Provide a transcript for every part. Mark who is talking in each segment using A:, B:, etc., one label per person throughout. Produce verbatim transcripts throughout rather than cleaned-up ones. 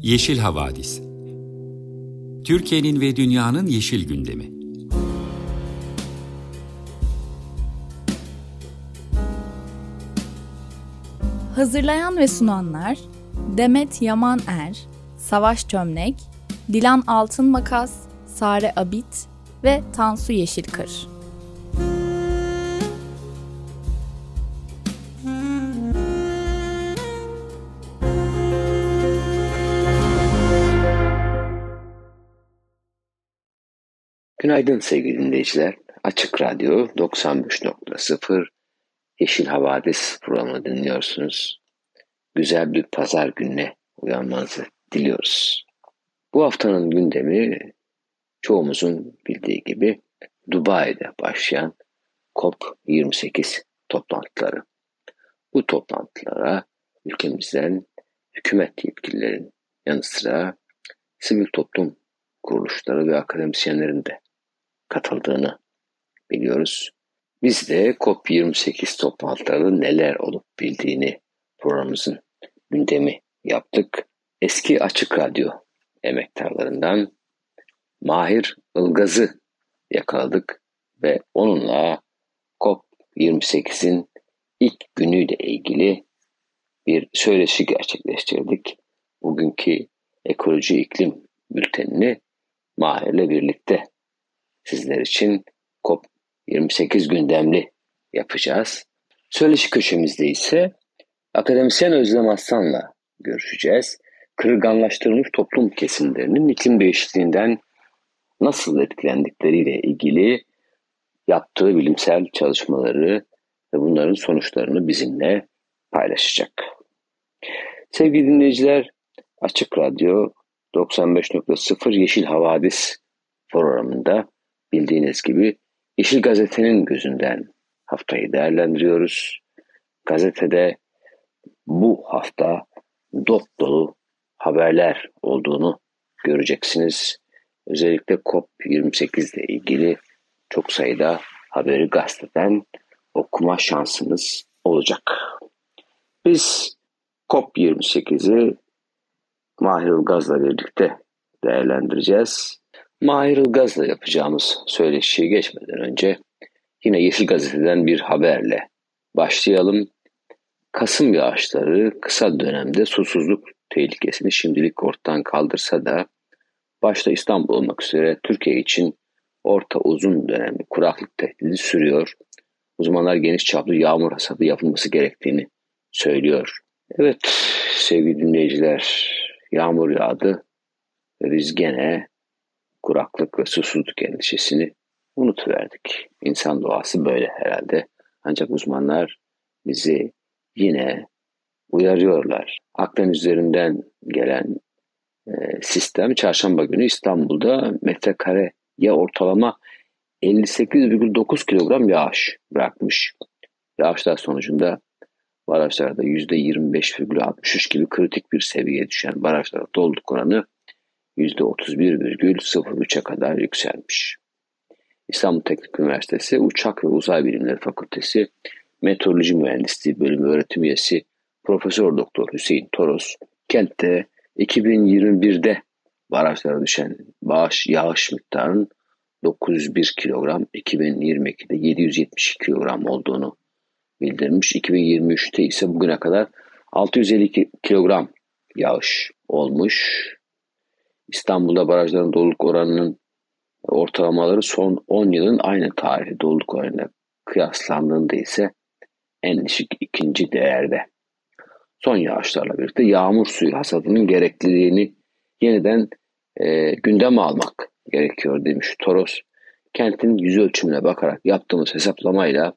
A: Yeşil Havadis. Türkiye'nin ve dünyanın yeşil gündemi.
B: Hazırlayan ve sunanlar Demet Yaman Er, Savaş Çömlek, Dilan Altınmakas, Sare Abit ve Tansu Yeşilkır.
C: Günaydın sevgili dinleyiciler. Açık Radyo doksan üç nokta sıfır Yeşil Havadis programını dinliyorsunuz. Güzel bir pazar gününe uyanmanızı diliyoruz. Bu haftanın gündemi çoğumuzun bildiği gibi Dubai'de başlayan COP yirmi sekiz toplantıları. Bu toplantılara ülkemizden hükümet yetkililerin yanı sıra sivil toplum kuruluşları ve akademisyenlerin de katıldığını biliyoruz. Biz de COP yirmi sekiz toplantılarında neler olup bildiğini programımızın gündemi yaptık. Eski Açık Radyo emektarlarından Mahir Ilgaz'ı yakaladık ve onunla COP yirmi sekizin ilk günüyle ilgili bir söyleşi gerçekleştirdik. Bugünkü ekoloji iklim bültenini Mahir'le birlikte sizler için COP yirmi sekiz gündemli yapacağız. Söyleşi köşemizde ise akademisyen Özlem Aslan'la görüşeceğiz. Kırılganlaştırılmış toplum kesimlerinin iklim değişikliğinden nasıl etkilendikleriyle ilgili yaptığı bilimsel çalışmaları ve bunların sonuçlarını bizimle paylaşacak. Sevgili dinleyiciler, Açık Radyo doksan beş nokta sıfır Yeşil Havadis programında bildiğiniz gibi Yeşil Gazete'nin gözünden haftayı değerlendiriyoruz. Gazetede bu hafta dop dolu haberler olduğunu göreceksiniz. Özellikle COP yirmi sekiz ile ilgili çok sayıda haberi gazeteden okuma şansınız olacak. Biz COP yirmi sekizi Mahir Ilgaz'la birlikte değerlendireceğiz. Mahir Ilgaz'la yapacağımız söyleşiye geçmeden önce yine Yeşil Gazete'den bir haberle başlayalım. Kasım yağışları kısa dönemde susuzluk tehlikesini şimdilik ortadan kaldırsa da başta İstanbul olmak üzere Türkiye için orta uzun dönemli kuraklık tehdidi sürüyor. Uzmanlar geniş çaplı yağmur hasadı yapılması gerektiğini söylüyor. Evet sevgili dinleyiciler, yağmur yağdı ve biz gene kuraklık ve susuzluk endişesini unutuverdik. İnsan doğası böyle herhalde. Ancak uzmanlar bizi yine uyarıyorlar. Akdeniz üzerinden gelen e, sistem çarşamba günü İstanbul'da metrekareye ortalama elli sekiz virgül dokuz kilogram yağış bırakmış. Yağışlar sonucunda barajlarda yüzde yirmi beş virgül altmış üç gibi kritik bir seviyeye düşen barajlara doluluk oranı yüzde otuz bir virgül sıfır üçe kadar yükselmiş. İstanbul Teknik Üniversitesi Uçak ve Uzay Bilimleri Fakültesi Meteoroloji Mühendisliği Bölümü öğretim üyesi Profesör Doktor Hüseyin Toros, kentte iki bin yirmi birde barajlara düşen bağış yağış miktarının dokuz yüz bir kilogram, iki bin yirmi ikide yedi yüz yetmiş iki kilogram olduğunu bildirmiş. iki bin yirmi üçte ise bugüne kadar altı yüz elli kilogram yağış olmuş. İstanbul'da barajların doluluk oranının ortalamaları son on yılın aynı tarihi doluluk oranıyla kıyaslandığında ise en düşük ikinci değerde. Son yağışlarla birlikte yağmur suyu hasadının gerekliliğini yeniden e, gündeme almak gerekiyor demiş Toros. Kentin yüz ölçümüne bakarak yaptığımız hesaplamayla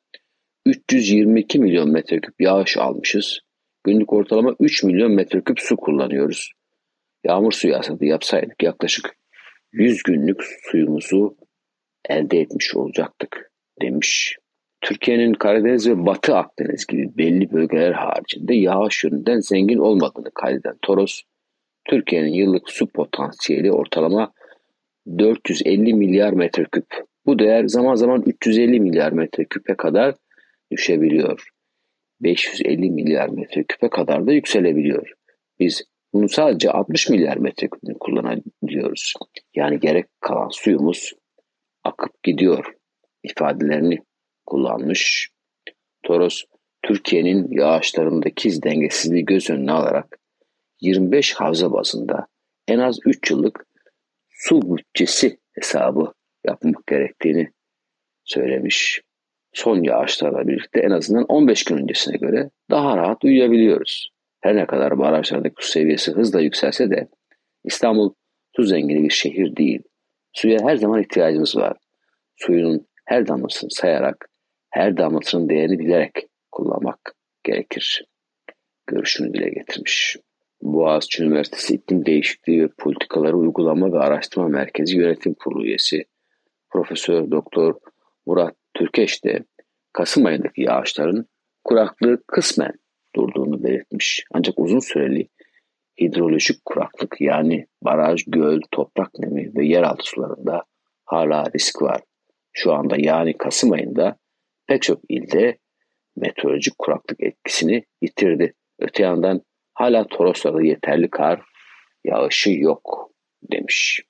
C: üç yüz yirmi iki milyon metreküp yağış almışız. Günlük ortalama üç milyon metreküp su kullanıyoruz. Yağmur suyu hasadı yapsaydık yaklaşık yüz günlük suyumuzu elde etmiş olacaktık demiş. Türkiye'nin Karadeniz ve Batı Akdeniz gibi belli bölgeler haricinde yağış yönünden zengin olmadığını kaydeden Toros, Türkiye'nin yıllık su potansiyeli ortalama dört yüz elli milyar metreküp. Bu değer zaman zaman üç yüz elli milyar metreküpe kadar düşebiliyor. beş yüz elli milyar metreküpe kadar da yükselebiliyor. Biz Bunun sadece altmış milyar metrekübünü kullanabiliyoruz. Yani gerek kalan suyumuz akıp gidiyor ifadelerini kullanmış. Toros, Türkiye'nin yağışlarındaki dengesizliği göz önüne alarak yirmi beş havza bazında en az üç yıllık su bütçesi hesabı yapmak gerektiğini söylemiş. Son yağışlarla birlikte en azından on beş gün öncesine göre daha rahat uyuyabiliyoruz. Her ne kadar barajlardaki su seviyesi hızla yükselse de İstanbul su zengini bir şehir değil. Suya her zaman ihtiyacımız var. Suyun her damlasını sayarak, her damlasının değerini bilerek kullanmak gerekir. Görüşünü dile getirmiş. Boğaziçi Üniversitesi İklim Değişikliği ve Politikaları Uygulama ve Araştırma Merkezi Yönetim Kurulu üyesi Profesör Doktor Murat Türkeş de Kasım ayındaki yağışların kuraklığı kısmen durduğunu belirtmiş. Ancak uzun süreli hidrolojik kuraklık yani baraj, göl, toprak nemi ve yeraltı sularında hala risk var. Şu anda yani Kasım ayında pek çok ilde meteorolojik kuraklık etkisini yitirdi. Öte yandan hala Toroslarda yeterli kar yağışı yok demiş.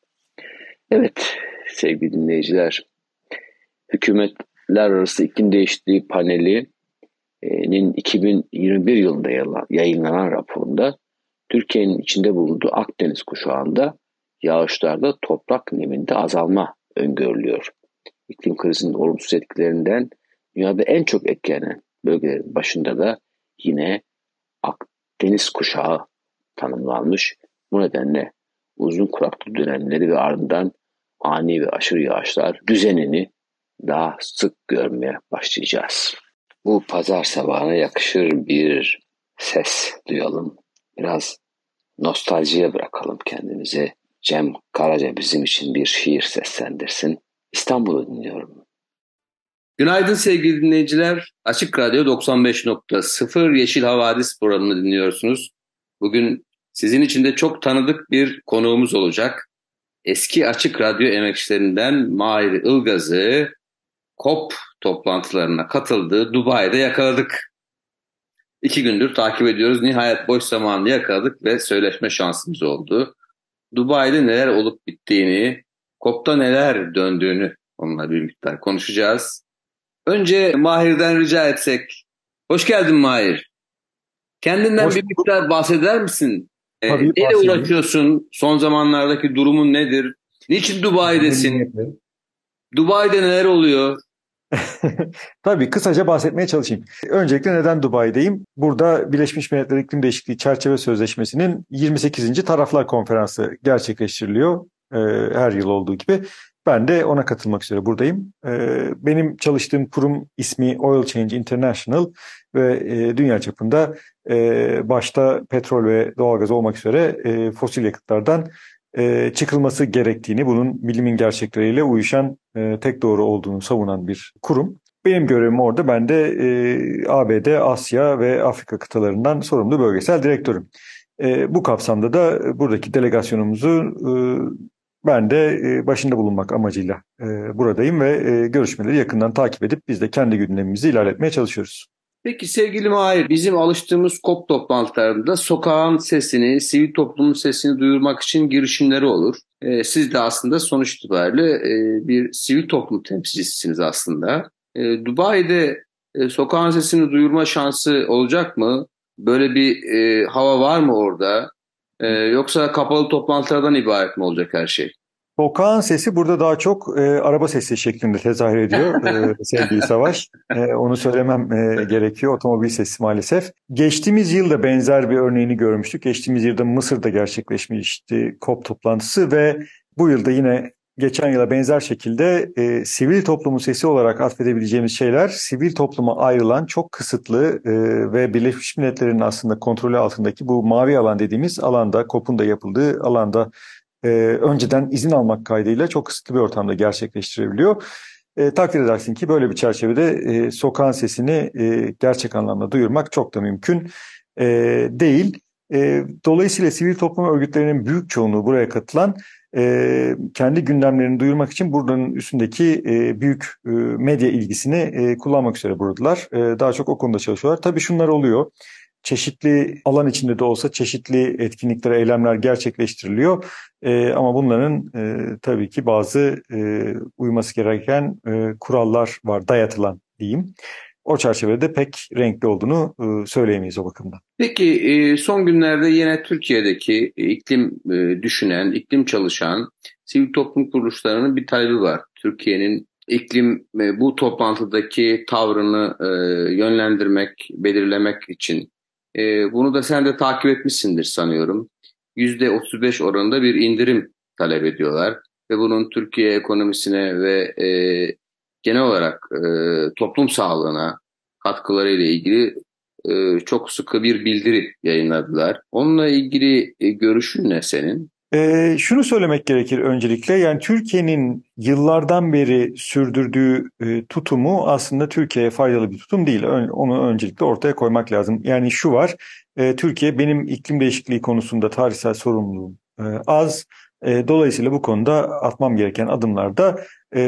C: Evet sevgili dinleyiciler, Hükümetler Arası İklim Değişikliği Paneli'nin iki bin yirmi bir yılında yayınlanan raporunda Türkiye'nin içinde bulunduğu Akdeniz kuşağında yağışlarda toprak neminde azalma öngörülüyor. İklim krizinin olumsuz etkilerinden dünyada en çok etkilenen bölgelerin başında da yine Akdeniz kuşağı tanımlanmış. Bu nedenle uzun kuraklık dönemleri ve ardından ani ve aşırı yağışlar düzenini daha sık görmeye başlayacağız. Bu pazar sabahına yakışır bir ses duyalım. Biraz nostaljiye bırakalım kendimizi. Cem Karaca bizim için bir şiir seslendirsin. İstanbul'u dinliyorum.
D: Günaydın sevgili dinleyiciler. Açık Radyo doksan beş nokta sıfır Yeşil Havadis programını dinliyorsunuz. Bugün sizin için de çok tanıdık bir konuğumuz olacak. Eski Açık Radyo emekçilerinden Mahir Ilgaz'ı COP toplantılarına katıldığı Dubai'de yakaladık. İki gündür takip ediyoruz. Nihayet boş zamanını yakaladık ve söyleşme şansımız oldu. Dubai'de neler olup bittiğini, COP'ta neler döndüğünü onunla bir miktar konuşacağız. Önce Mahir'den rica etsek. Hoş geldin Mahir. Kendinden Hoş bir miktar bahseder misin? Ee, neyle uğraşıyorsun? Son zamanlardaki durumun nedir? Niçin Dubai'desin? Dubai'de neler oluyor?
E: Tabii kısaca bahsetmeye çalışayım. Öncelikle neden Dubai'deyim? Burada Birleşmiş Milletler İklim Değişikliği Çerçeve Sözleşmesi'nin yirmi sekizinci Taraflar Konferansı gerçekleştiriliyor. Ee, her yıl olduğu gibi. Ben de ona katılmak üzere buradayım. Ee, benim çalıştığım kurum ismi Oil Change International ve e, dünya çapında e, başta petrol ve doğalgaz olmak üzere e, fosil yakıtlardan e, çıkılması gerektiğini, bunun bilimin gerçekleriyle uyuşan e, tek doğru olduğunu savunan bir kurum. Benim görevim orada. Ben de e, A B D, Asya ve Afrika kıtalarından sorumlu bölgesel direktörüm. E, bu kapsamda da buradaki delegasyonumuzu e, ben de başında bulunmak amacıyla buradayım ve görüşmeleri yakından takip edip biz de kendi gündemimizi ilerletmeye çalışıyoruz.
D: Peki sevgili Mahir, bizim alıştığımız COP toplantılarında sokağın sesini, sivil toplumun sesini duyurmak için girişimleri olur. Siz de aslında sonuç itibariyle bir sivil toplum temsilcisisiniz aslında. Dubai'de sokağın sesini duyurma şansı olacak mı? Böyle bir hava var mı orada? Ee, yoksa kapalı toplantılardan ibaret mi olacak her şey?
E: Sokağın sesi burada daha çok e, araba sesi şeklinde tezahür ediyor e, sevgili Savaş. E, onu söylemem e, gerekiyor. Otomobil sesi maalesef. Geçtiğimiz yılda benzer bir örneğini görmüştük. Geçtiğimiz yılda Mısır'da gerçekleşmişti COP toplantısı ve bu yılda yine geçen yıla benzer şekilde e, sivil toplumun sesi olarak atfedebileceğimiz şeyler sivil topluma ayrılan çok kısıtlı e, ve Birleşmiş Milletler'in aslında kontrolü altındaki bu mavi alan dediğimiz alanda, COP'un da yapıldığı alanda e, önceden izin almak kaydıyla çok kısıtlı bir ortamda gerçekleştirebiliyor. E, takdir edersin ki böyle bir çerçevede e, sokağın sesini e, gerçek anlamda duyurmak çok da mümkün e, değil. E, dolayısıyla sivil toplum örgütlerinin büyük çoğunluğu buraya katılan E, kendi gündemlerini duyurmak için buranın üstündeki e, büyük e, medya ilgisini e, kullanmak üzere buradalar. E, daha çok o konuda çalışıyorlar. Tabii şunlar oluyor. çeşitli alan içinde de olsa çeşitli etkinlikler, eylemler gerçekleştiriliyor. E, ama bunların e, tabii ki bazı e, uyması gereken e, kurallar var, dayatılan diyeyim. O çerçevede pek renkli olduğunu e, söyleyemeyiz o bakımdan.
D: Peki e, son günlerde yine Türkiye'deki iklim e, düşünen, iklim çalışan sivil toplum kuruluşlarının bir talebi var. Türkiye'nin iklim e, bu toplantıdaki tavrını e, yönlendirmek, belirlemek için. E, bunu da sen de takip etmişsindir sanıyorum. yüzde otuz beş oranında bir indirim talep ediyorlar ve bunun Türkiye ekonomisine ve e, genel olarak e, toplum sağlığına katkılarıyla ilgili e, çok sıkı bir bildiri yayınladılar. Onunla ilgili e, görüşün ne senin?
E: E, şunu söylemek gerekir öncelikle, yani Türkiye'nin yıllardan beri sürdürdüğü e, tutumu aslında Türkiye'ye faydalı bir tutum değil. Ön, onu öncelikle ortaya koymak lazım. Yani şu var, e, Türkiye benim iklim değişikliği konusunda tarihsel sorumluluğum e, az. E, dolayısıyla bu konuda atmam gereken adımlarda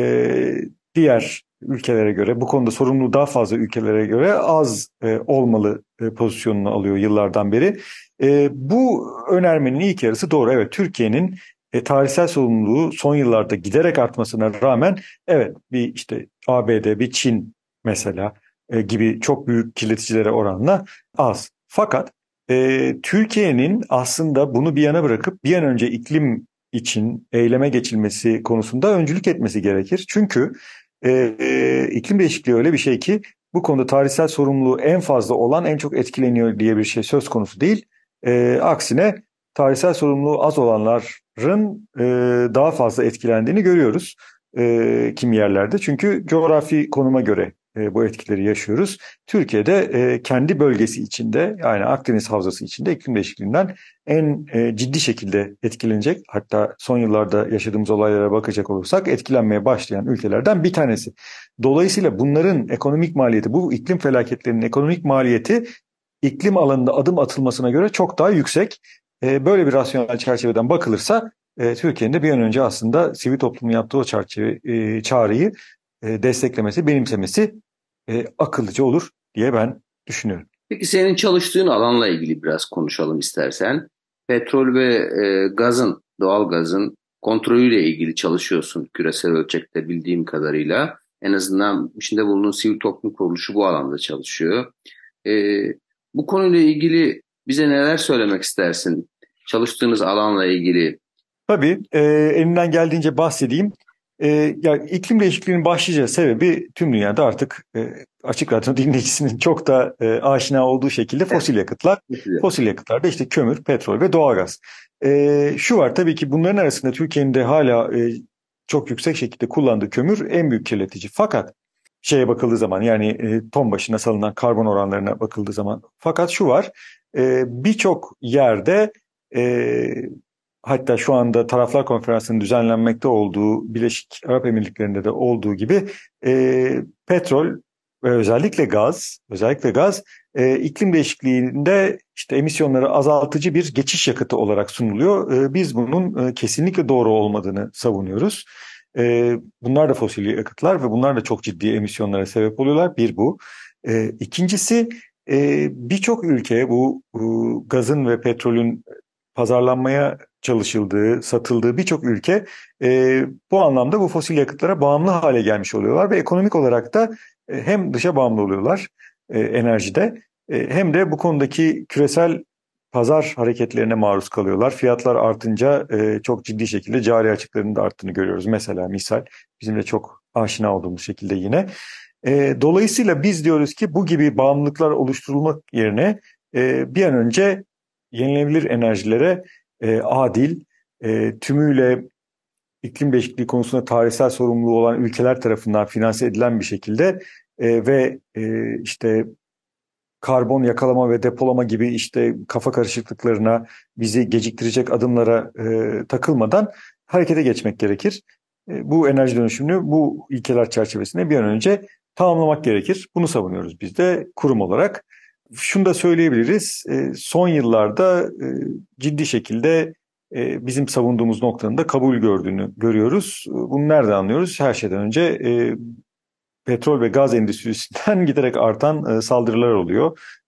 E: e, diğer ülkelere göre, bu konuda sorumluluğu daha fazla ülkelere göre az e, olmalı e, pozisyonunu alıyor yıllardan beri. E, bu önermenin ilk yarısı doğru. Evet, Türkiye'nin e, tarihsel sorumluluğu son yıllarda giderek artmasına rağmen, evet, bir işte A B D, bir Çin mesela e, gibi çok büyük kirleticilere oranla az. Fakat e, Türkiye'nin aslında bunu bir yana bırakıp bir an önce iklim için eyleme geçilmesi konusunda öncülük etmesi gerekir. Çünkü e, e, iklim değişikliği öyle bir şey ki bu konuda tarihsel sorumluluğu en fazla olan en çok etkileniyor diye bir şey söz konusu değil. E, aksine tarihsel sorumluluğu az olanların e, daha fazla etkilendiğini görüyoruz e, kimi yerlerde. Çünkü coğrafi konuma göre e, bu etkileri yaşıyoruz. Türkiye'de e, kendi bölgesi içinde, yani Akdeniz Havzası içinde iklim değişikliğinden en e, ciddi şekilde etkilenecek, hatta son yıllarda yaşadığımız olaylara bakacak olursak etkilenmeye başlayan ülkelerden bir tanesi. Dolayısıyla bunların ekonomik maliyeti, bu iklim felaketlerinin ekonomik maliyeti iklim alanında adım atılmasına göre çok daha yüksek. E, böyle bir rasyonel çerçeveden bakılırsa e, Türkiye'nin de bir an önce aslında sivil toplumun yaptığı o çerçeve, e, çağrıyı e, desteklemesi, benimsemesi e, akıllıca olur diye ben düşünüyorum.
D: Peki senin çalıştığın alanla ilgili biraz konuşalım istersen. Petrol ve e, gazın, doğal gazın kontrolüyle ilgili çalışıyorsun küresel ölçekte bildiğim kadarıyla. En azından içinde bulunduğun sivil toplum kuruluşu bu alanda çalışıyor. E, bu konuyla ilgili bize neler söylemek istersin? Çalıştığınız alanla ilgili.
E: Tabii, e, elimden geldiğince bahsedeyim. E, yani iklim değişikliğinin başlıca sebebi tüm dünyada artık e, Açık Radyo dinleyicisinin çok da e, aşina olduğu şekilde fosil yakıtlar. Fosil yakıtlar da işte kömür, petrol ve doğalgaz. E, şu var tabii ki, bunların arasında Türkiye'nin de hala e, çok yüksek şekilde kullandığı kömür en büyük kirletici. Fakat şeye bakıldığı zaman, yani e, ton başına salınan karbon oranlarına bakıldığı zaman, fakat şu var, e, birçok yerde e, hatta şu anda Taraflar Konferansı'nın düzenlenmekte olduğu Birleşik Arap Emirlikleri'nde de olduğu gibi e, petrol ve özellikle gaz, özellikle gaz e, iklim değişikliğinde işte emisyonları azaltıcı bir geçiş yakıtı olarak sunuluyor. E, biz bunun e, kesinlikle doğru olmadığını savunuyoruz. E, bunlar da fosil yakıtlar ve bunlar da çok ciddi emisyonlara sebep oluyorlar. Bir bu. E, ikincisi e, birçok ülke bu, bu gazın ve petrolün pazarlanmaya çalışıldığı, satıldığı birçok ülke e, bu anlamda bu fosil yakıtlara bağımlı hale gelmiş oluyorlar ve ekonomik olarak da e, hem dışa bağımlı oluyorlar e, enerjide e, hem de bu konudaki küresel pazar hareketlerine maruz kalıyorlar. Fiyatlar artınca e, çok ciddi şekilde cari açıklarının da arttığını görüyoruz. Mesela misal bizim de çok aşina olduğumuz şekilde yine. E, dolayısıyla biz diyoruz ki bu gibi bağımlılıklar oluşturulmak yerine e, bir an önce yenilenebilir enerjilere e, adil, e, tümüyle iklim değişikliği konusunda tarihsel sorumluluğu olan ülkeler tarafından finanse edilen bir şekilde e, ve e, işte karbon yakalama ve depolama gibi işte kafa karışıklıklarına, bizi geciktirecek adımlara e, takılmadan harekete geçmek gerekir. E, bu enerji dönüşümünü bu ilkeler çerçevesinde bir an önce tamamlamak gerekir. Bunu savunuyoruz biz de kurum olarak. Şunu da söyleyebiliriz, son yıllarda ciddi şekilde bizim savunduğumuz noktanın da kabul gördüğünü görüyoruz. Bunu nereden anlıyoruz? Her şeyden önce petrol ve gaz endüstrisinden giderek artan saldırılar oluyor.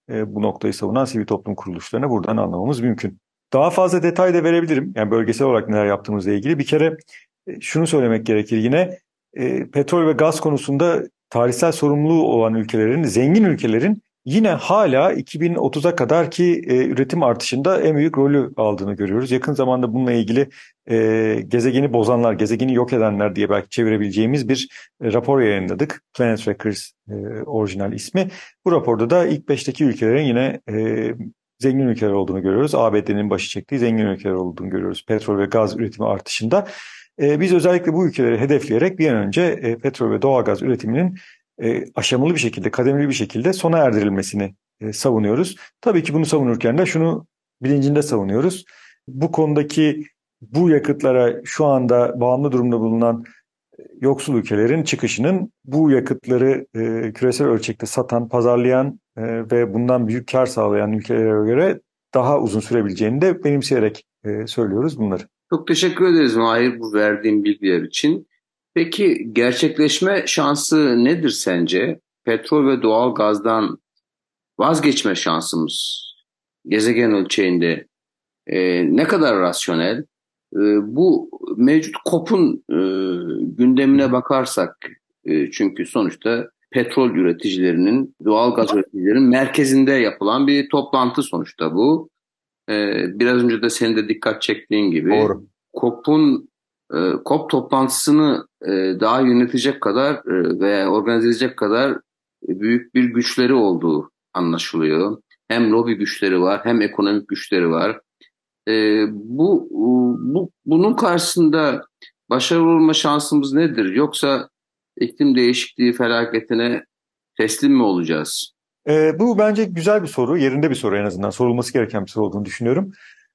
E: e, bu noktayı savunan sivil toplum kuruluşlarına buradan anlamamız mümkün. Daha fazla detay da verebilirim. Yani bölgesel olarak neler yaptığımızla ilgili. Bir kere e, şunu söylemek gerekir yine. E, petrol ve gaz konusunda tarihsel sorumluluğu olan ülkelerin, zengin ülkelerin yine hala iki bin otuza kadar ki e, üretim artışında en büyük rolü aldığını görüyoruz. Yakın zamanda bununla ilgili e, gezegeni bozanlar, gezegeni yok edenler diye belki çevirebileceğimiz bir e, rapor yayınladık. Planet Wreckers e, orijinal ismi. Bu raporda da ilk beşteki ülkelerin yine e, zengin ülkeler olduğunu görüyoruz. A B D'nin başı çektiği zengin ülkeler olduğunu görüyoruz petrol ve gaz üretimi artışında. E, biz özellikle bu ülkeleri hedefleyerek bir an önce e, petrol ve doğalgaz üretiminin e, aşamalı bir şekilde, kademeli bir şekilde sona erdirilmesini e, savunuyoruz. Tabii ki bunu savunurken de şunu bilincinde savunuyoruz. Bu konudaki bu yakıtlara şu anda bağımlı durumda bulunan e, yoksul ülkelerin çıkışının bu yakıtları e, küresel ölçekte satan, pazarlayan e, ve bundan büyük kar sağlayan ülkelere göre daha uzun sürebileceğini de benimseyerek e, söylüyoruz bunları.
D: Çok teşekkür ederiz Mahir bu verdiğin bilgiler için. Peki gerçekleşme şansı nedir sence? Petrol ve doğal gazdan vazgeçme şansımız gezegen ölçeğinde e, ne kadar rasyonel? E, bu mevcut COP'un e, gündemine bakarsak e, çünkü sonuçta petrol üreticilerinin, doğal gaz üreticilerinin merkezinde yapılan bir toplantı sonuçta bu. Ee, biraz önce de senin de dikkat çektiğin gibi
E: Doğru.
D: COP'un e, COP toplantısını e, daha yönetecek kadar e, veya organize edecek kadar e, büyük bir güçleri olduğu anlaşılıyor. Hem lobi güçleri var, hem ekonomik güçleri var. E, bu, bu bunun karşısında başarılı olma şansımız nedir? Yoksa iklim değişikliği felaketine teslim mi olacağız?
E: E, bu bence güzel bir soru, yerinde bir soru en azından. Sorulması gereken bir soru olduğunu düşünüyorum.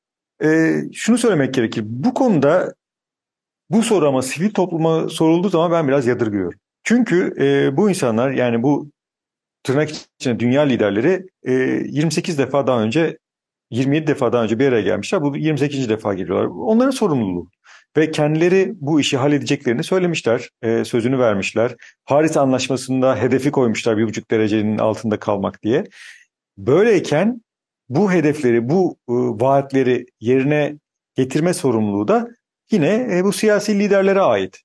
E: E, şunu söylemek gerekir. Bu konuda bu soru ama sivil topluma sorulduğu zaman ben biraz yadırgıyorum. Çünkü e, bu insanlar yani bu tırnak içinde dünya liderleri e, yirmi sekiz defa daha önce yirmi yedi defa daha önce bir araya gelmişler. Bu yirmi sekizinci defa geliyorlar. Onların sorumluluğu. Ve kendileri bu işi halledeceklerini söylemişler, e, sözünü vermişler. Paris Anlaşması'nda hedefi koymuşlar bir buçuk derecenin altında kalmak diye. Böyleyken bu hedefleri, bu e, vaatleri yerine getirme sorumluluğu da yine e, bu siyasi liderlere ait.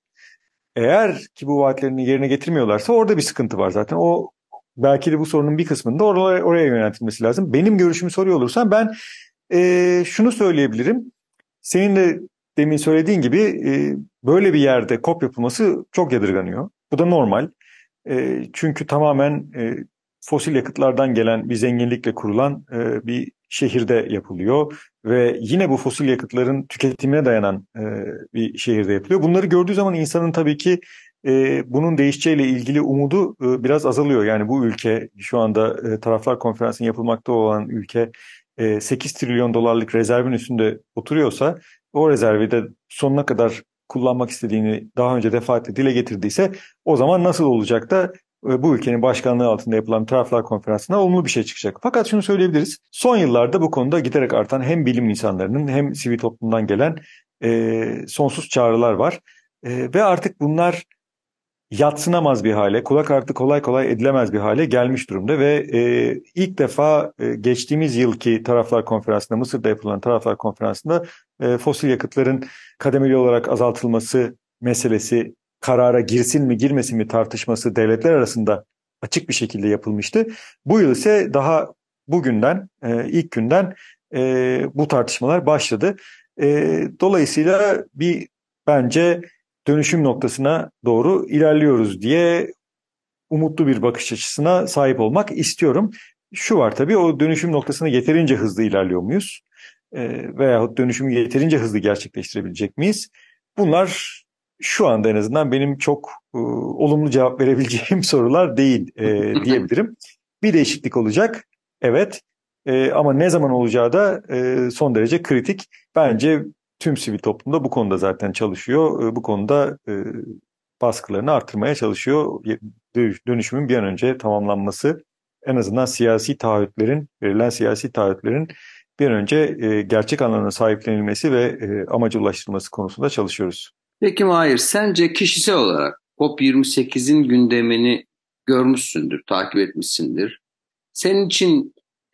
E: Eğer ki bu vaatlerini yerine getirmiyorlarsa orada bir sıkıntı var zaten. O belki de bu sorunun bir kısmını da oraya, oraya yöneltilmesi lazım. Benim görüşümü soruyor olursan ben e, şunu söyleyebilirim. Senin de demin söylediğin gibi e, böyle bir yerde COP yapılması çok yadırganıyor. Bu da normal. E, çünkü tamamen e, fosil yakıtlardan gelen bir zenginlikle kurulan e, bir şehirde yapılıyor. Ve yine bu fosil yakıtların tüketimine dayanan e, bir şehirde yapılıyor. Bunları gördüğü zaman insanın tabii ki e, bunun değişeceğiyle ilgili umudu e, biraz azalıyor. Yani bu ülke şu anda e, Taraflar Konferansı'nın yapılmakta olan ülke e, sekiz trilyon dolarlık rezervin üstünde oturuyorsa o rezervi de sonuna kadar kullanmak istediğini daha önce defaatle dile getirdiyse o zaman nasıl olacak da e, bu ülkenin başkanlığı altında yapılan Taraflar Konferansı'na olumlu bir şey çıkacak. Fakat şunu söyleyebiliriz. Son yıllarda bu konuda giderek artan hem bilim insanlarının hem sivil toplumdan gelen e, sonsuz çağrılar var. E, ve artık bunlar yadsınamaz bir hale, kulak ardı kolay kolay edilemez bir hale gelmiş durumda ve e, ilk defa e, geçtiğimiz yılki Taraflar Konferansı'nda, Mısır'da yapılan Taraflar Konferansı'nda e, fosil yakıtların kademeli olarak azaltılması meselesi karara girsin mi girmesin mi tartışması devletler arasında açık bir şekilde yapılmıştı. Bu yıl ise daha bugünden, e, ilk günden e, bu tartışmalar başladı. E, dolayısıyla bir bence dönüşüm noktasına doğru ilerliyoruz diye umutlu bir bakış açısına sahip olmak istiyorum. Şu var tabii, o dönüşüm noktasına yeterince hızlı ilerliyor muyuz? E, veyahut dönüşümü yeterince hızlı gerçekleştirebilecek miyiz? Bunlar şu anda en azından benim çok e, olumlu cevap verebileceğim sorular değil e, diyebilirim. Bir değişiklik olacak, evet. E, ama ne zaman olacağı da e, son derece kritik. Bence tüm sivil toplumda bu konuda zaten çalışıyor. E, bu konuda e, baskılarını artırmaya çalışıyor. Dönüşümün bir an önce tamamlanması, en azından siyasi taahhütlerin, verilen siyasi taahhütlerin bir an önce e, gerçek anlamda sahiplenilmesi ve e, amaca ulaştırılması konusunda çalışıyoruz.
D: Peki Mahir, sence kişisel olarak COP yirmi sekizin gündemini görmüşsündür, takip etmişsindir. Senin için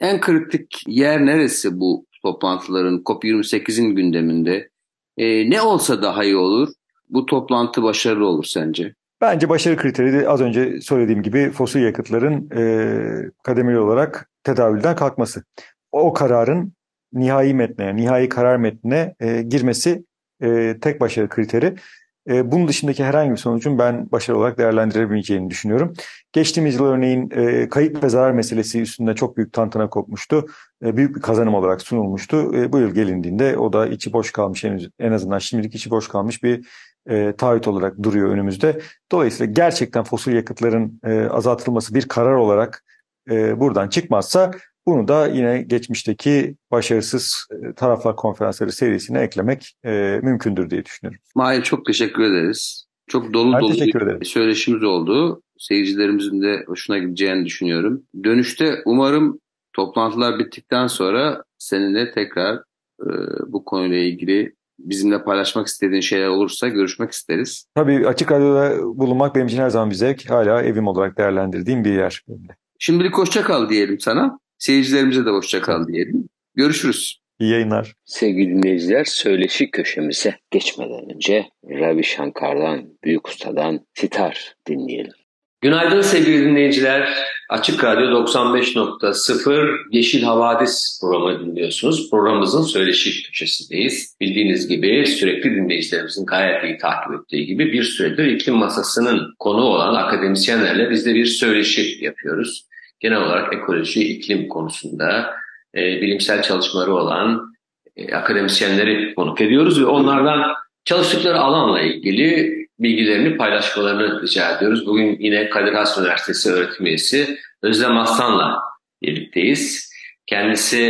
D: en kritik yer neresi bu toplantıların? COP yirmi sekizin gündeminde. E, ne olsa daha iyi olur? Bu toplantı başarılı olur sence?
E: Bence başarı kriteri de az önce söylediğim gibi fosil yakıtların e, kademeli olarak tedavülden kalkması. O kararın nihai metne, nihai karar metnine e, girmesi e, tek başarı kriteri. E, bunun dışındaki herhangi bir sonucun ben başarılı olarak değerlendirebileceğini düşünüyorum. Geçtiğimiz yıl örneğin e, kayıp ve zarar meselesi üstünde çok büyük tantana kopmuştu. E, büyük bir kazanım olarak sunulmuştu. E, bu yıl gelindiğinde o da içi boş kalmış, henüz, en azından şimdilik içi boş kalmış bir e, taahhüt olarak duruyor önümüzde. Dolayısıyla gerçekten fosil yakıtların e, azaltılması bir karar olarak e, buradan çıkmazsa bunu da yine geçmişteki başarısız e, taraflar konferansları serisine eklemek e, mümkündür diye düşünüyorum.
D: Mahir, çok teşekkür ederiz. Çok dolu
E: Ben
D: dolu
E: teşekkür
D: bir
E: ederim.
D: söyleşimiz oldu. Seyircilerimizin de hoşuna gideceğini düşünüyorum. Dönüşte umarım toplantılar bittikten sonra seninle tekrar e, bu konuyla ilgili bizimle paylaşmak istediğin şeyler olursa görüşmek isteriz.
E: Tabii Açık Radyo'da bulunmak benim için her zaman bir zevk. Hala evim olarak değerlendirdiğim bir yer.
D: Şimdilik hoşça kal diyelim sana. Seyircilerimize de hoşça kal diyelim. Görüşürüz.
E: İyi yayınlar.
C: Sevgili dinleyiciler, söyleşi köşemize geçmeden önce Ravi Shankar'dan, Büyük Usta'dan Sitar dinleyelim. Günaydın sevgili dinleyiciler. Açık Radyo doksan beş nokta sıfır Yeşil Havadis programı dinliyorsunuz. Programımızın söyleşi köşesindeyiz. Bildiğiniz gibi sürekli dinleyicilerimizin gayet iyi takip ettiği gibi bir süredir iklim masasının konu olan akademisyenlerle biz de bir söyleşi yapıyoruz. Genel olarak ekoloji, iklim konusunda e, bilimsel çalışmaları olan e, akademisyenleri konuk ediyoruz ve onlardan çalıştıkları alanla ilgili bilgilerini paylaşmalarını rica ediyoruz. Bugün yine Kadir Has Üniversitesi öğretim üyesi Özlem Aslan'la birlikteyiz. Kendisi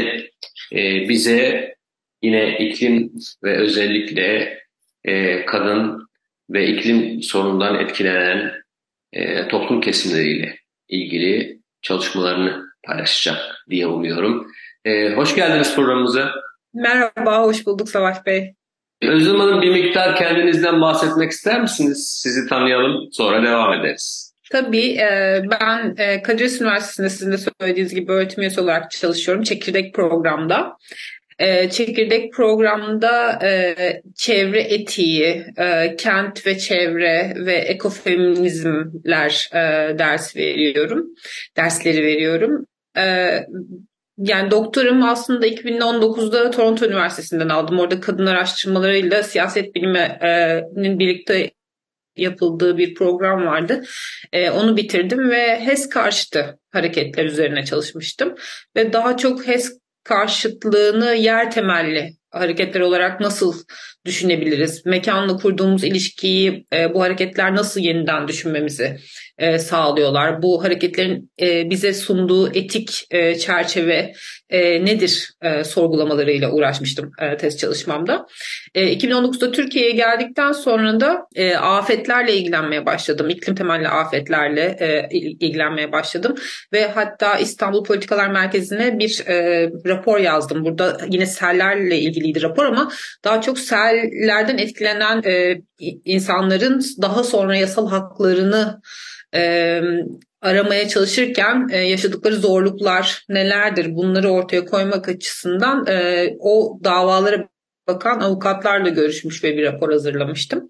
C: e, bize yine iklim ve özellikle e, kadın ve iklim sorunundan etkilenen e, toplum kesimleriyle ilgili çalışmalarını paylaşacak diye umuyorum. E, hoş geldiniz programımıza.
F: Merhaba, hoş bulduk Savaş Bey.
D: Özlem Hanım, bir miktar kendinizden bahsetmek ister misiniz? Sizi tanıyalım, sonra devam ederiz.
F: Tabii, ben Kadir Has Üniversitesi'nde sizin de söylediğiniz gibi öğretim üyesi olarak çalışıyorum. Çekirdek programda. Çekirdek programda çevre etiği, kent ve çevre ve ekofeminizmler ders veriyorum. Dersleri veriyorum. Yani doktoramı aslında iki bin on dokuzda Toronto Üniversitesi'nden aldım. Orada kadın araştırmalarıyla siyaset biliminin birlikte yapıldığı bir program vardı. Ee, onu bitirdim ve H E S karşıtı hareketler üzerine çalışmıştım. Ve daha çok H E S karşıtlığını yer temelli hareketler olarak nasıl düşünebiliriz? Mekanla kurduğumuz ilişkiyi e, bu hareketler nasıl yeniden düşünmemizi e, sağlıyorlar? Bu hareketlerin e, bize sunduğu etik e, çerçeve e, nedir e, sorgulamalarıyla uğraşmıştım e, tez çalışmamda. E, iki bin on dokuzda Türkiye'ye geldikten sonra da e, afetlerle ilgilenmeye başladım. İklim temelli afetlerle e, ilgilenmeye başladım. Ve hatta İstanbul Politikalar Merkezi'ne bir e, rapor yazdım. Burada yine sellerle ilgiliydi rapor ama daha çok sellerden etkilenen e, insanların daha sonra yasal haklarını e, aramaya çalışırken e, yaşadıkları zorluklar nelerdir, bunları ortaya koymak açısından e, o davalara bakan avukatlarla görüşmüş ve bir rapor hazırlamıştım.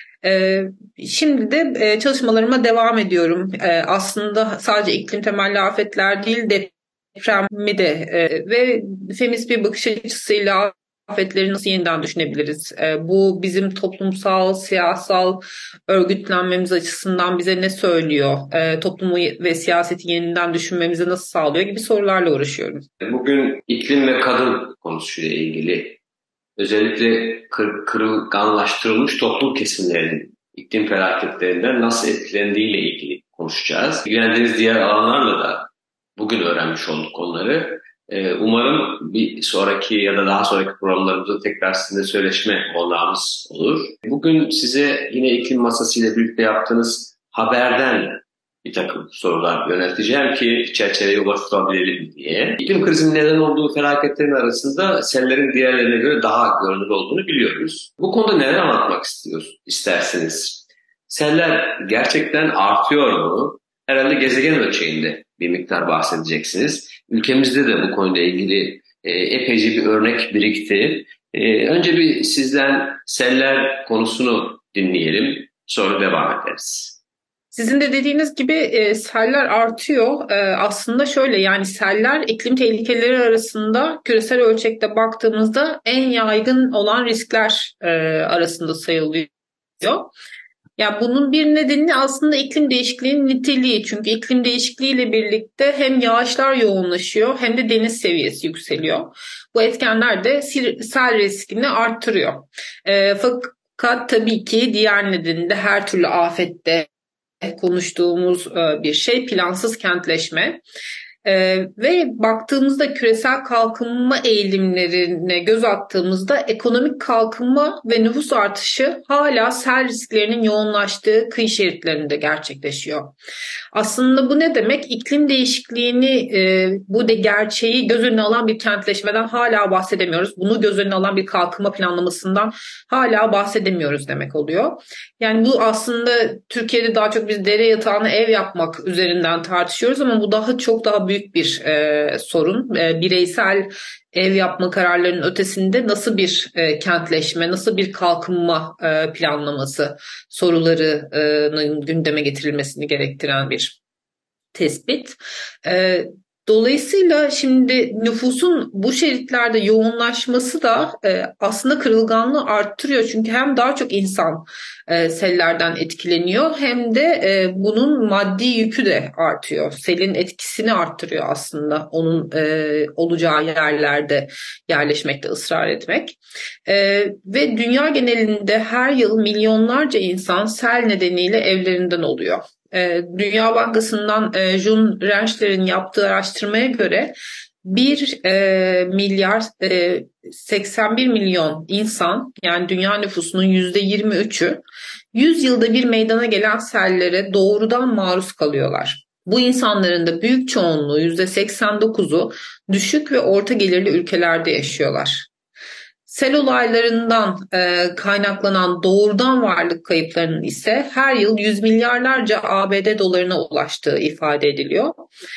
F: Ee, şimdi de e, çalışmalarıma devam ediyorum. Ee, aslında sadece iklim temelli afetler değil, depremi de e, ve feminist bir bakış açısıyla afetleri nasıl yeniden düşünebiliriz? E, bu bizim toplumsal, siyasal örgütlenmemiz açısından bize ne söylüyor? E, toplumu ve siyaseti yeniden düşünmemizi nasıl sağlıyor gibi sorularla uğraşıyorum.
D: Bugün iklim ve kadın konusuyla ilgili özellikle kır, kırılganlaştırılmış toplum kesimlerinin iklim felaketlerinden nasıl etkilendiğiyle ilgili konuşacağız. İlgilendiğiniz diğer alanlarla da bugün öğrenmiş olduk onları. Ee, umarım bir sonraki ya da daha sonraki programlarımızda tekrar sizinle söyleşme olanağımız olur. Bugün size yine iklim masasıyla birlikte yaptığınız haberden bir takım sorular yönelteceğim ki çerçeveye ulaştırabilelim diye. İklim krizinin neden olduğu felaketlerin arasında sellerin diğerlerine göre daha görünür olduğunu biliyoruz. Bu konuda neler anlatmak istiyorsunuz, istersiniz? Seller gerçekten artıyor mu? herhalde gezegen ölçeğinde bir miktar bahsedeceksiniz. Ülkemizde de bu konuyla ilgili e, epeyce bir örnek birikti. E, önce bir sizden seller konusunu dinleyelim, sonra devam ederiz.
F: Sizin de dediğiniz gibi e, seller artıyor. E, aslında şöyle, yani seller iklim tehlikeleri arasında küresel ölçekte baktığımızda en yaygın olan riskler e, arasında sayılıyor. Ya bunun bir nedeni aslında iklim değişikliğinin niteliği. Çünkü iklim değişikliğiyle birlikte hem yağışlar yoğunlaşıyor hem de deniz seviyesi yükseliyor. Bu etkenler de sel riskini arttırıyor. E, fakat tabii ki diğer nedeni de her türlü afette konuştuğumuz bir şey, plansız kentleşme. Ee, ve baktığımızda küresel kalkınma eğilimlerine göz attığımızda ekonomik kalkınma ve nüfus artışı hala sel risklerinin yoğunlaştığı kıyı şeritlerinde gerçekleşiyor. Aslında bu ne demek? İklim değişikliğini, e, bu de gerçeği göz önüne alan bir kentleşmeden hala bahsedemiyoruz. Bunu göz önüne alan bir kalkınma planlamasından hala bahsedemiyoruz demek oluyor. Yani bu aslında Türkiye'de daha çok biz dere yatağına ev yapmak üzerinden tartışıyoruz ama bu daha çok daha büyük bir e, sorun. E, bireysel ev yapma kararlarının ötesinde nasıl bir e, kentleşme, nasıl bir kalkınma e, planlaması sorularının gündeme getirilmesini gerektiren bir tespit. E, Dolayısıyla şimdi nüfusun bu şeritlerde yoğunlaşması da e, aslında kırılganlığı arttırıyor. Çünkü hem daha çok insan e, sellerden etkileniyor hem de e, bunun maddi yükü de artıyor. Selin etkisini arttırıyor aslında onun e, olacağı yerlerde yerleşmekte ısrar etmek. E, ve dünya genelinde her yıl milyonlarca insan sel nedeniyle evlerinden oluyor. Dünya Bankası'ndan Jun Renschler'in yaptığı araştırmaya göre bir milyar seksen bir milyon insan, yani dünya nüfusunun yüzde yirmi üçü yüz yılda bir meydana gelen sellere doğrudan maruz kalıyorlar. Bu insanların da büyük çoğunluğu yüzde seksen dokuzu düşük ve orta gelirli ülkelerde yaşıyorlar. Sel olaylarından e, kaynaklanan doğrudan varlık kayıplarının ise her yıl yüz milyarlarca A B D dolarına ulaştığı ifade ediliyor.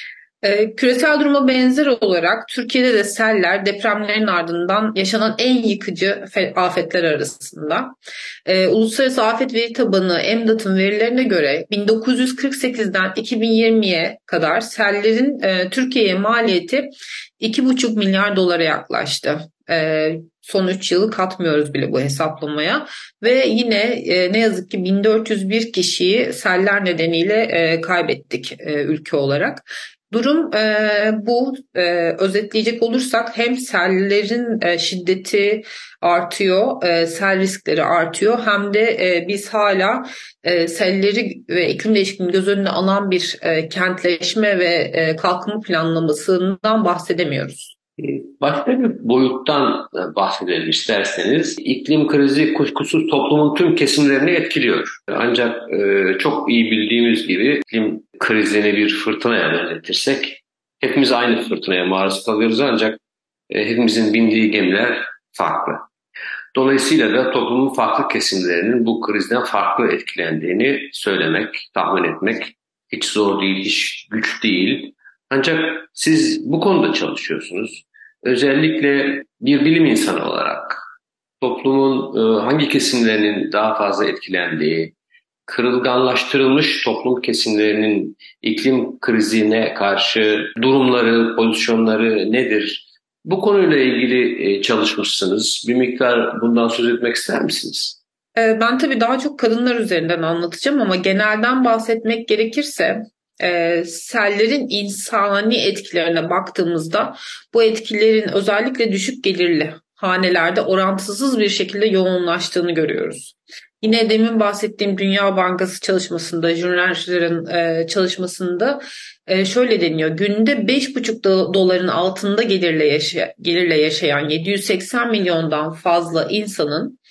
F: E, küresel duruma benzer olarak Türkiye'de de seller depremlerin ardından yaşanan en yıkıcı afetler arasında. E, Uluslararası Afet Veri Tabanı EMDAD'ın verilerine göre bin dokuz yüz kırk sekizden iki bin yirmiye kadar sellerin e, Türkiye'ye maliyeti iki buçuk milyar dolara yaklaştı. E, son üç yılı katmıyoruz bile bu hesaplamaya ve yine e, ne yazık ki bin dört yüz bir kişiyi seller nedeniyle e, kaybettik e, ülke olarak. Durum e, bu. E, özetleyecek olursak hem sellerin e, şiddeti artıyor, e, sel riskleri artıyor, hem de e, biz hala e, selleri ve iklim değişikliğini göz önüne alan bir e, kentleşme ve e, kalkınma planlamasından bahsedemiyoruz.
D: Başka bir boyuttan bahsedelim isterseniz. İklim krizi kuşkusuz toplumun tüm kesimlerini etkiliyor. Ancak çok iyi bildiğimiz gibi iklim krizini bir fırtınaya benzetirsek hepimiz aynı fırtınaya maruz kalıyoruz, ancak hepimizin bindiği gemiler farklı. Dolayısıyla da toplumun farklı kesimlerinin bu krizden farklı etkilendiğini söylemek, tahmin etmek hiç zor değil, hiç güç değil. Ancak siz bu konuda çalışıyorsunuz. Özellikle bir bilim insanı olarak toplumun hangi kesimlerinin daha fazla etkilendiği, kırılganlaştırılmış toplum kesimlerinin iklim krizine karşı durumları, pozisyonları nedir? Bu konuyla ilgili çalışmışsınız. Bir miktar bundan söz etmek ister misiniz?
F: Ben tabii daha çok kadınlar üzerinden anlatacağım ama genelden bahsetmek gerekirse E, sellerin insani etkilerine baktığımızda bu etkilerin özellikle düşük gelirli hanelerde orantısız bir şekilde yoğunlaştığını görüyoruz. Yine demin bahsettiğim Dünya Bankası çalışmasında, Jun Renschler'in e, çalışmasında e, şöyle deniyor. Günde beş buçuk doların altında gelirle, yaşa- gelirle yaşayan yedi yüz seksen milyondan fazla insanın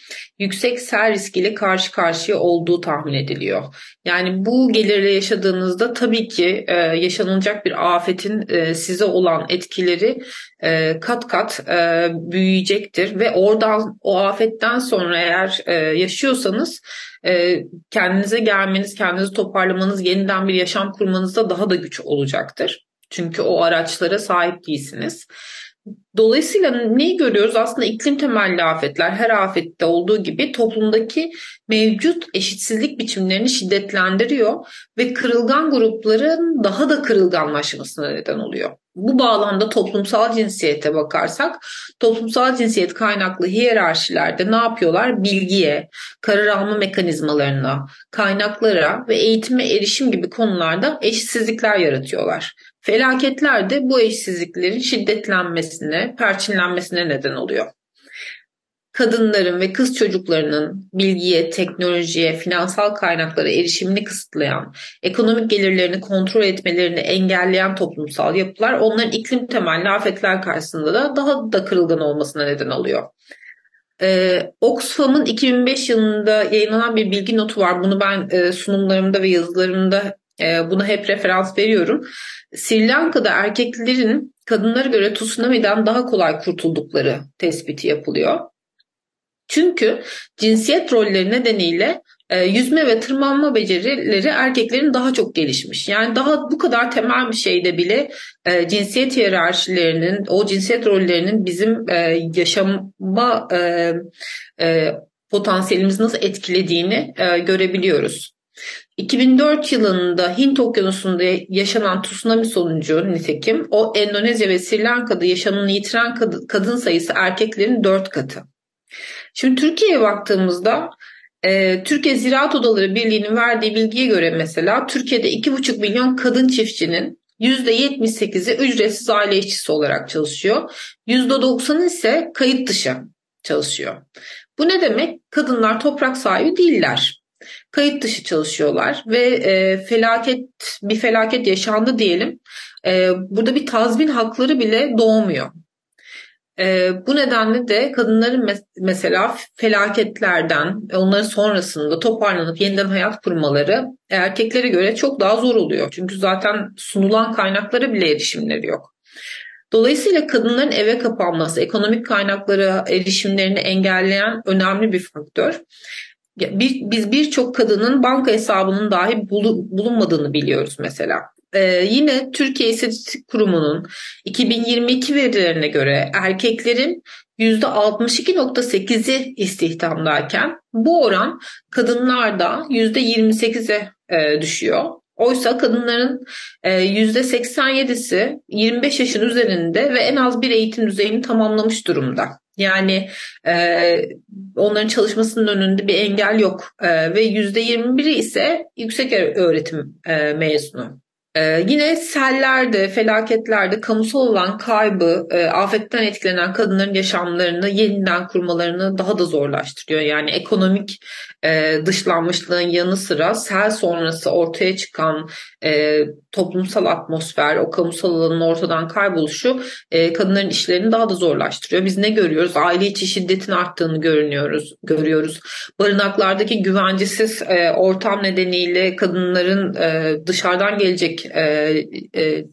F: yüksek sel riskiyle karşı karşıya olduğu tahmin ediliyor. Yani bu gelirle yaşadığınızda tabii ki e, yaşanılacak bir afetin e, size olan etkileri e, kat kat e, büyüyecektir ve oradan o afetten sonra eğer e, yaşıyorsanız e, kendinize gelmeniz, kendinizi toparlamanız, yeniden bir yaşam kurmanızda daha da güç olacaktır. Çünkü o araçlara sahip değilsiniz. Dolayısıyla neyi görüyoruz? Aslında iklim temelli afetler her afette olduğu gibi toplumdaki mevcut eşitsizlik biçimlerini şiddetlendiriyor ve kırılgan grupların daha da kırılganlaşmasına neden oluyor. Bu bağlamda toplumsal cinsiyete bakarsak, toplumsal cinsiyet kaynaklı hiyerarşilerde ne yapıyorlar? Bilgiye, karar alma mekanizmalarına, kaynaklara ve eğitime erişim gibi konularda eşitsizlikler yaratıyorlar. Felaketler de bu eşitsizliklerin şiddetlenmesine, perçinlenmesine neden oluyor. Kadınların ve kız çocuklarının bilgiye, teknolojiye, finansal kaynaklara erişimini kısıtlayan, ekonomik gelirlerini kontrol etmelerini engelleyen toplumsal yapılar onların iklim temelli afetler karşısında da daha da kırılgan olmasına neden oluyor. Ee, Oxfam'ın iki bin beş yılında yayınlanan bir bilgi notu var. Bunu ben e, sunumlarımda ve yazılarımda e, buna hep referans veriyorum. Sri Lanka'da erkeklerin kadınlara göre tsunami'den daha kolay kurtuldukları tespiti yapılıyor. Çünkü cinsiyet rolleri nedeniyle e, yüzme ve tırmanma becerileri erkeklerin daha çok gelişmiş. Yani daha bu kadar temel bir şeyde bile e, cinsiyet hiyerarşilerinin, o cinsiyet rollerinin bizim e, yaşama e, e, potansiyelimizi nasıl etkilediğini e, görebiliyoruz. iki bin dört yılında Hint Okyanusu'nda yaşanan tsunami sonucu nitekim o Endonezya ve Sri Lanka'da yaşamını yitiren kadın sayısı erkeklerin dört katı. Şimdi Türkiye'ye baktığımızda e, Türkiye Ziraat Odaları Birliği'nin verdiği bilgiye göre mesela Türkiye'de iki buçuk milyon kadın çiftçinin yüzde yetmiş sekizi ücretsiz aile işçisi olarak çalışıyor. yüzde doksanı ise kayıt dışı çalışıyor. Bu ne demek? Kadınlar toprak sahibi değiller. Kayıt dışı çalışıyorlar ve e, felaket bir felaket yaşandı diyelim. E, burada bir tazmin hakları bile doğmuyor. E, bu nedenle de kadınların mes- mesela felaketlerden, onların sonrasında toparlanıp yeniden hayat kurmaları erkeklere göre çok daha zor oluyor. Çünkü zaten sunulan kaynaklara bile erişimleri yok. Dolayısıyla kadınların eve kapanması, ekonomik kaynaklara erişimlerini engelleyen önemli bir faktör. Bir, biz birçok kadının banka hesabının dahi bulunmadığını biliyoruz mesela. Ee, yine Türkiye İstatistik Kurumu'nun iki bin yirmi iki verilerine göre erkeklerin yüzde altmış iki virgül sekizi istihdamdayken bu oran kadınlarda yüzde yirmi sekize e, düşüyor. Oysa kadınların e, yüzde seksen yedisi yirmi beş yaşın üzerinde ve en az bir eğitim düzeyini tamamlamış durumda. Yani e, onların çalışmasının önünde bir engel yok e, ve yüzde yirmi biri ise yüksek öğretim e, mezunu. Ee, yine sellerde, felaketlerde kamusal olan kaybı, e, afetten etkilenen kadınların yaşamlarını yeniden kurmalarını daha da zorlaştırıyor. Yani ekonomik e, dışlanmışlığın yanı sıra sel sonrası ortaya çıkan e, toplumsal atmosfer, o kamusal alanın ortadan kayboluşu e, kadınların işlerini daha da zorlaştırıyor. Biz ne görüyoruz? Aile içi şiddetin arttığını görünüyoruz, görüyoruz. Barınaklardaki güvencesiz e, ortam nedeniyle kadınların e, dışarıdan gelecek E, e,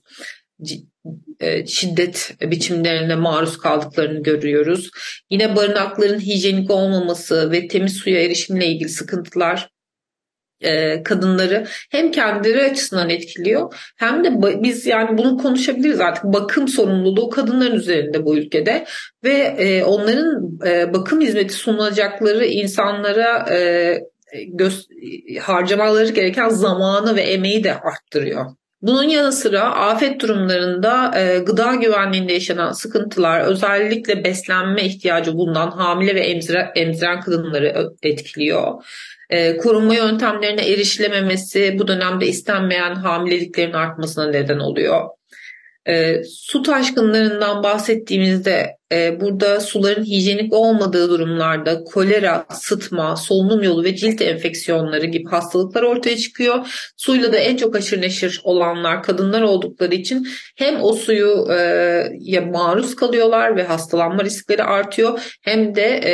F: e, şiddet biçimlerine maruz kaldıklarını görüyoruz. Yine barınakların hijyenik olmaması ve temiz suya erişimle ilgili sıkıntılar e, kadınları hem kendileri açısından etkiliyor hem de ba- biz yani bunu konuşabiliriz artık, bakım sorumluluğu kadınların üzerinde bu ülkede ve e, onların e, bakım hizmeti sunulacakları insanlara e, göz, harcamaları gereken zamanı ve emeği de arttırıyor. Bunun yanı sıra afet durumlarında e, gıda güvenliğinde yaşanan sıkıntılar özellikle beslenme ihtiyacı bulunan hamile ve emzire, emziren kadınları etkiliyor. E, korunma yöntemlerine erişilememesi bu dönemde istenmeyen hamileliklerin artmasına neden oluyor. E, su taşkınlarından bahsettiğimizde e, burada suların hijyenik olmadığı durumlarda kolera, sıtma, solunum yolu ve cilt enfeksiyonları gibi hastalıklar ortaya çıkıyor. Suyla da en çok haşır neşir olanlar kadınlar oldukları için hem o suyu e, ya maruz kalıyorlar ve hastalanma riskleri artıyor hem de e,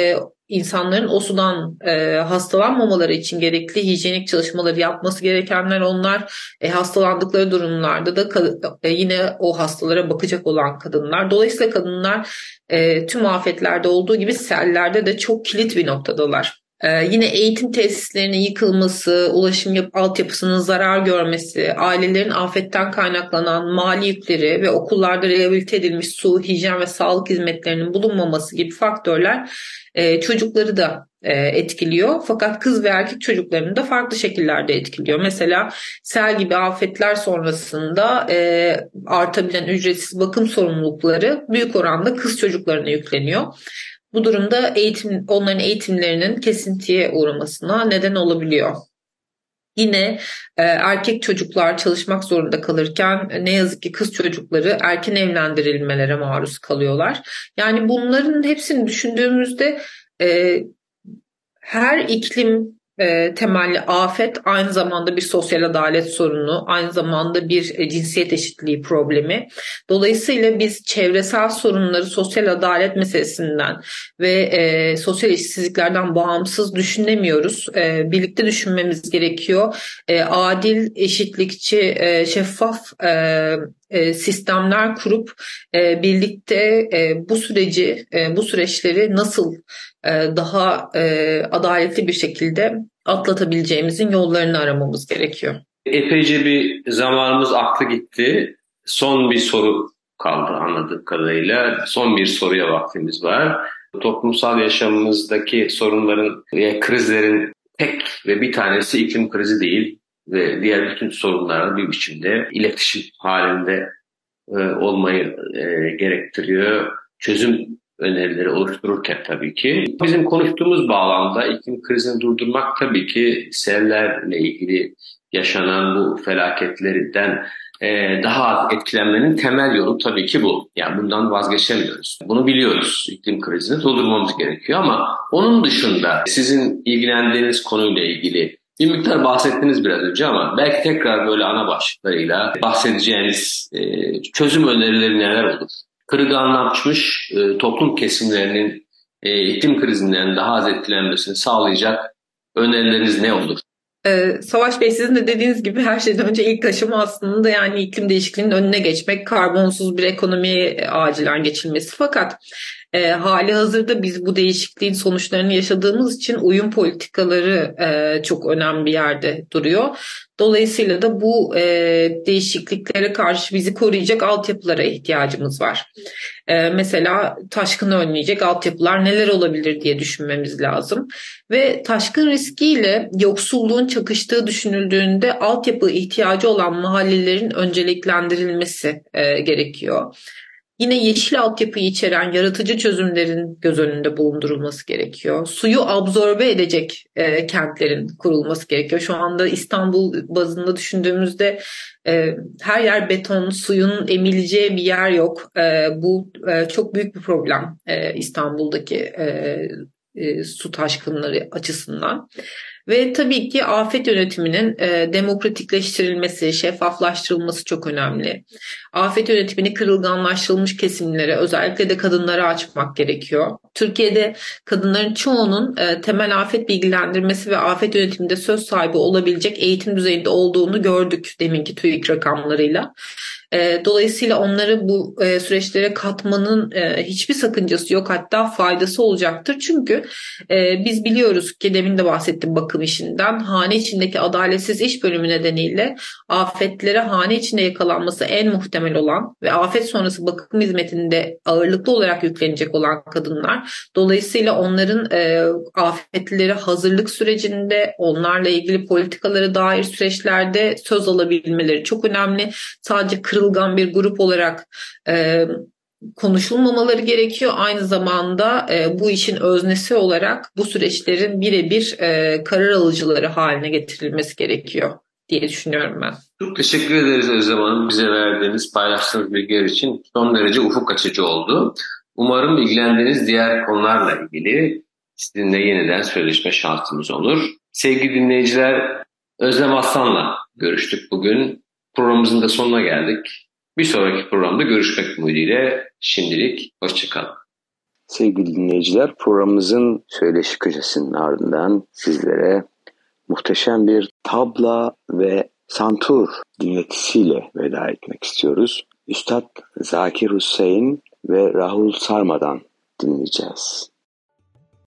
F: insanların o sudan e, hastalanmamaları için gerekli hijyenik çalışmaları yapması gerekenler onlar. E, hastalandıkları durumlarda da e, yine o hastalara bakacak olan kadınlar. Dolayısıyla kadınlar e, tüm afetlerde olduğu gibi sellerde de çok kilit bir noktadalar. Ee, yine eğitim tesislerinin yıkılması, ulaşım yap- altyapısının zarar görmesi, ailelerin afetten kaynaklanan mali yükleri ve okullarda rehabilite edilmiş su, hijyen ve sağlık hizmetlerinin bulunmaması gibi faktörler e, çocukları da e, etkiliyor. Fakat kız ve erkek çocuklarını da farklı şekillerde etkiliyor. Mesela sel gibi afetler sonrasında e, artabilen ücretsiz bakım sorumlulukları büyük oranda kız çocuklarına yükleniyor. Bu durumda eğitim, onların eğitimlerinin kesintiye uğramasına neden olabiliyor. Yine e, erkek çocuklar çalışmak zorunda kalırken ne yazık ki kız çocukları erken evlendirilmelere maruz kalıyorlar. Yani bunların hepsini düşündüğümüzde e, her iklim e, temelli afet aynı zamanda bir sosyal adalet sorunu, aynı zamanda bir e, cinsiyet eşitliği problemi. Dolayısıyla biz çevresel sorunları sosyal adalet meselesinden ve e, sosyal eşitsizliklerden bağımsız düşünemiyoruz. E, birlikte düşünmemiz gerekiyor. E, adil, eşitlikçi, e, şeffaf e, e, sistemler kurup e, birlikte e, bu süreci, e, bu süreçleri nasıl e, daha e, adaletli bir şekilde atlatabileceğimizin yollarını aramamız gerekiyor.
D: Epeyce bir zamanımız aklı gitti. Son bir soru kaldı anladığım kadarıyla. Son bir soruya vaktimiz var. Toplumsal yaşamımızdaki sorunların ve krizlerin tek ve bir tanesi iklim krizi değil ve diğer bütün sorunlarla bir biçimde iletişim halinde e, olmayı e, gerektiriyor. Çözüm önerileri oluştururken tabii ki. Bizim konuştuğumuz bağlamda iklim krizini durdurmak tabii ki sellerle ilgili yaşanan bu felaketlerden e, daha az etkilenmenin temel yolu tabii ki bu. Yani bundan vazgeçemiyoruz. Bunu biliyoruz. İklim krizini durdurmamız gerekiyor ama onun dışında sizin ilgilendiğiniz konuyla ilgili bir miktar bahsettiniz biraz önce ama belki tekrar böyle ana başlıklarıyla bahsedeceğiniz e, çözüm önerileri neler olur? Kırılganlaşmış e, toplum kesimlerinin e, iklim krizinden daha az etkilenmesini sağlayacak önerileriniz ne olur?
F: Ee, Savaş Bey, sizin de dediğiniz gibi her şeyden önce ilk aşama aslında yani iklim değişikliğinin önüne geçmek, karbonsuz bir ekonomiye acilen geçilmesi. Fakat e, hali hazırda biz bu değişikliğin sonuçlarını yaşadığımız için uyum politikaları e, çok önemli bir yerde duruyor. Dolayısıyla da bu e, değişikliklere karşı bizi koruyacak altyapılara ihtiyacımız var. E, mesela taşkını önleyecek altyapılar neler olabilir diye düşünmemiz lazım. Ve taşkın riskiyle yoksulluğun çakıştığı düşünüldüğünde altyapı ihtiyacı olan mahallelerin önceliklendirilmesi e, gerekiyor. Yine yeşil altyapıyı içeren yaratıcı çözümlerin göz önünde bulundurulması gerekiyor. Suyu absorbe edecek e, kentlerin kurulması gerekiyor. Şu anda İstanbul bazında düşündüğümüzde e, her yer beton, suyun emileceği bir yer yok. E, bu e, çok büyük bir problem e, İstanbul'daki e, e, su taşkınları açısından. Ve tabii ki afet yönetiminin e, demokratikleştirilmesi, şeffaflaştırılması çok önemli. Afet yönetimini kırılganlaştırılmış kesimlere, özellikle de kadınlara açmak gerekiyor. Türkiye'de kadınların çoğunun e, temel afet bilgilendirmesi ve afet yönetiminde söz sahibi olabilecek eğitim düzeyinde olduğunu gördük deminki TÜİK rakamlarıyla. E, dolayısıyla onları bu e, süreçlere katmanın e, hiçbir sakıncası yok, hatta faydası olacaktır. Çünkü e, biz biliyoruz ki demin de bahsettim bakım işinden, hane içindeki adaletsiz iş bölümü nedeniyle afetlere hane içinde yakalanması en muhtemel olan ve afet sonrası bakım hizmetinde ağırlıklı olarak yüklenecek olan kadınlar. Dolayısıyla onların e, afetlere hazırlık sürecinde, onlarla ilgili politikalara dair süreçlerde söz alabilmeleri çok önemli. Sadece kırılgan bir grup olarak e, konuşulmamaları gerekiyor. Aynı zamanda e, bu işin öznesi olarak bu süreçlerin birebir e, karar alıcıları haline getirilmesi gerekiyor diye düşünüyorum ben.
D: Çok teşekkür ederiz Özlem Hanım. Bize verdiğiniz, paylaştığınız bilgiler için son derece ufuk açıcı oldu. Umarım ilgilendiğiniz diğer konularla ilgili sizinle yeniden söyleşme şansımız olur. Sevgili dinleyiciler, Özlem Aslan'la görüştük bugün. Programımızın da sonuna geldik. Bir sonraki programda görüşmek ümidiyle şimdilik hoşça kalın.
C: Sevgili dinleyiciler, programımızın söyleşi köşesinin ardından sizlere muhteşem bir tabla ve santur dinletisiyle veda etmek istiyoruz. Üstad Zakir Hüseyin ve Rahul Sarma'dan dinleyeceğiz.